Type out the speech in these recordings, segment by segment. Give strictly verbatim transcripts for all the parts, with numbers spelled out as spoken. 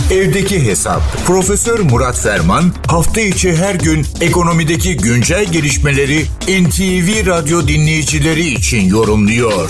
Evdeki Hesap. Profesör Murat Ferman hafta içi her gün ekonomideki güncel gelişmeleri N T V Radyo dinleyicileri için yorumluyor.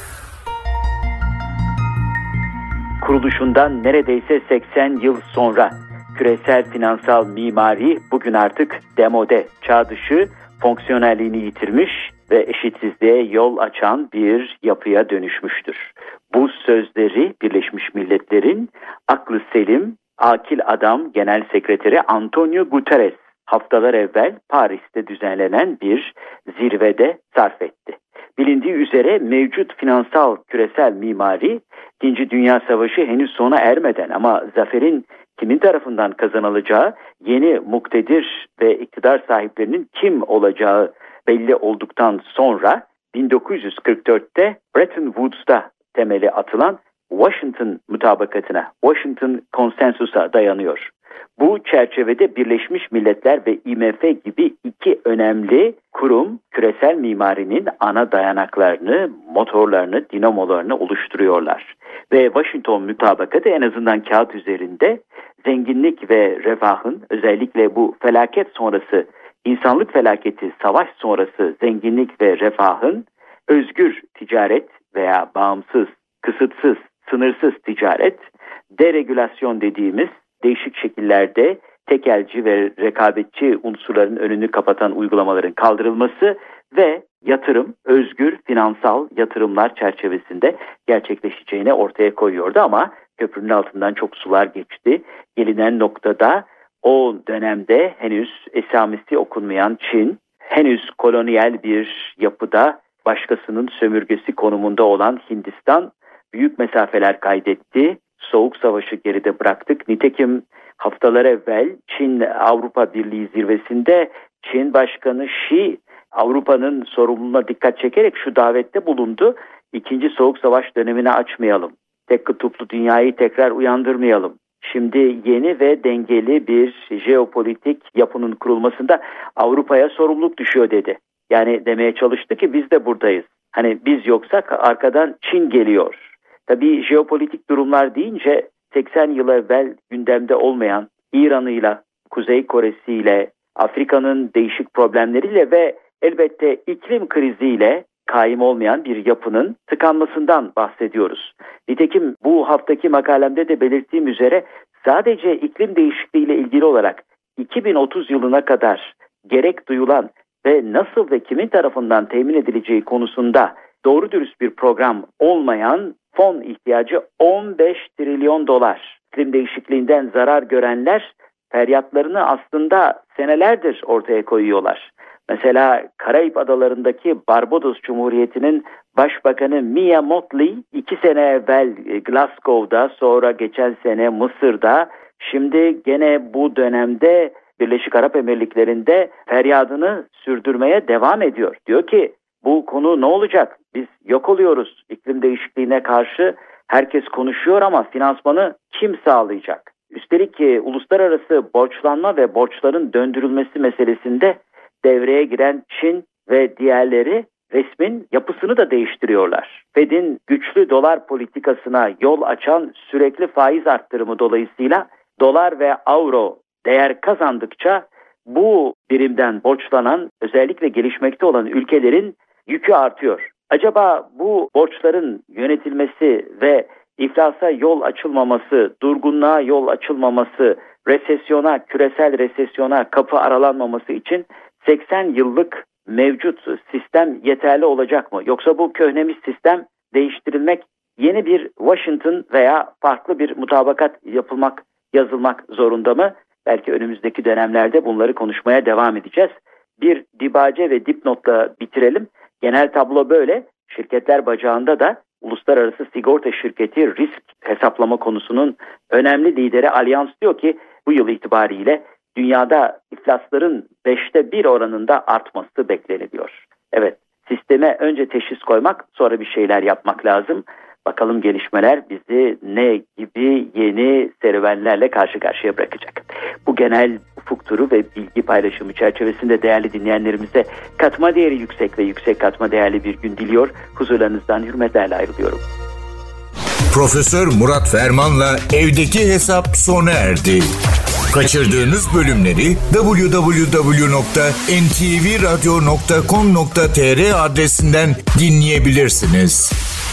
Kuruluşundan neredeyse seksen yıl sonra küresel finansal mimari bugün artık demode, çağ dışı, fonksiyonelliğini yitirmiş ve eşitsizliğe yol açan bir yapıya dönüşmüştür. Bu sözleri Birleşmiş Milletler'in aklı selim, akil adam Genel Sekreteri Antonio Guterres haftalar evvel Paris'te düzenlenen bir zirvede sarf etti. Bilindiği üzere mevcut finansal küresel mimari İkinci Dünya Savaşı henüz sona ermeden ama zaferin kimin tarafından kazanılacağı, yeni muktedir ve iktidar sahiplerinin kim olacağı belli olduktan sonra bin dokuz yüz kırk dörtte Bretton Woods'ta temeli atılan Washington mutabakatına, Washington Konsensus'a dayanıyor. Bu çerçevede Birleşmiş Milletler ve I M F gibi iki önemli kurum küresel mimarinin ana dayanaklarını, motorlarını, dinamolarını oluşturuyorlar. Ve Washington mutabakatı en azından kağıt üzerinde zenginlik ve refahın, özellikle bu felaket sonrası, insanlık felaketi, savaş sonrası zenginlik ve refahın özgür ticaret veya bağımsız, kısıtsız, sınırsız ticaret, deregülasyon dediğimiz değişik şekillerde tekelci ve rekabetçi unsurların önünü kapatan uygulamaların kaldırılması ve yatırım, özgür finansal yatırımlar çerçevesinde gerçekleşeceğini ortaya koyuyordu ama köprünün altından çok sular geçti. Gelinen noktada o dönemde henüz esamesi okunmayan Çin, henüz kolonyal bir yapıda başkasının sömürgesi konumunda olan Hindistan büyük mesafeler kaydetti. Soğuk Savaşı geride bıraktık. Nitekim haftalar evvel Çin-Avrupa Birliği zirvesinde Çin Başkanı Xi Avrupa'nın sorumluluğuna dikkat çekerek şu davette bulundu. İkinci Soğuk Savaş dönemini açmayalım. Tek kutuplu dünyayı tekrar uyandırmayalım. Şimdi yeni ve dengeli bir jeopolitik yapının kurulmasında Avrupa'ya sorumluluk düşüyor dedi. Yani demeye çalıştı ki biz de buradayız. Hani biz yoksak arkadan Çin geliyor. Tabii jeopolitik durumlar deyince seksen yıl evvel gündemde olmayan İran'ıyla, Kuzey Kore'siyle, Afrika'nın değişik problemleriyle ve elbette iklim kriziyle kaim olmayan bir yapının tıkanmasından bahsediyoruz. Nitekim bu haftaki makalemde de belirttiğim üzere sadece iklim değişikliğiyle ilgili olarak iki bin otuz yılına kadar gerek duyulan ve nasıl ve kimin tarafından temin edileceği konusunda doğru dürüst bir program olmayan fon ihtiyacı on beş trilyon dolar. İklim değişikliğinden zarar görenler feryatlarını aslında senelerdir ortaya koyuyorlar. Mesela Karayip Adaları'ndaki Barbados Cumhuriyeti'nin Başbakanı Mia Mottley iki sene evvel Glasgow'da, sonra geçen sene Mısır'da, şimdi gene bu dönemde Birleşik Arap Emirlikleri'nde feryadını sürdürmeye devam ediyor. Diyor ki bu konu ne olacak? Biz yok oluyoruz. İklim değişikliğine karşı herkes konuşuyor ama finansmanı kim sağlayacak? Üstelik ki uluslararası borçlanma ve borçların döndürülmesi meselesinde devreye giren Çin ve diğerleri resmin yapısını da değiştiriyorlar. Fed'in güçlü dolar politikasına yol açan sürekli faiz arttırımı dolayısıyla dolar ve avro değer kazandıkça bu birimden borçlanan, özellikle gelişmekte olan ülkelerin yükü artıyor. Acaba bu borçların yönetilmesi ve iflasa yol açılmaması, durgunluğa yol açılmaması, resesyona, küresel resesyona kapı aralanmaması için seksen yıllık mevcut sistem yeterli olacak mı? Yoksa bu köhnemiş sistem değiştirilmek, yeni bir Washington veya farklı bir mutabakat yapılmak, yazılmak zorunda mı? Belki önümüzdeki dönemlerde bunları konuşmaya devam edeceğiz. Bir dibace ve dipnotla bitirelim. Genel tablo böyle. Şirketler bacağında da uluslararası sigorta şirketi risk hesaplama konusunun önemli lideri Allianz diyor ki bu yıl itibariyle dünyada iflasların beşte bir oranında artması bekleniliyor. Evet, sisteme önce teşhis koymak, sonra bir şeyler yapmak lazım. Bakalım gelişmeler bizi ne gibi yeni serüvenlerle karşı karşıya bırakacak. Bu genel ufuk turu ve bilgi paylaşımı çerçevesinde değerli dinleyenlerimize katma değeri yüksek ve yüksek katma değerli bir gün diliyor. Huzurlarınızdan hürmetlerle ayrılıyorum. Profesör Murat Ferman'la Evdeki Hesap sona erdi. Kaçırdığınız bölümleri double-u double-u double-u nokta en ti vi radyo nokta com nokta tr adresinden dinleyebilirsiniz.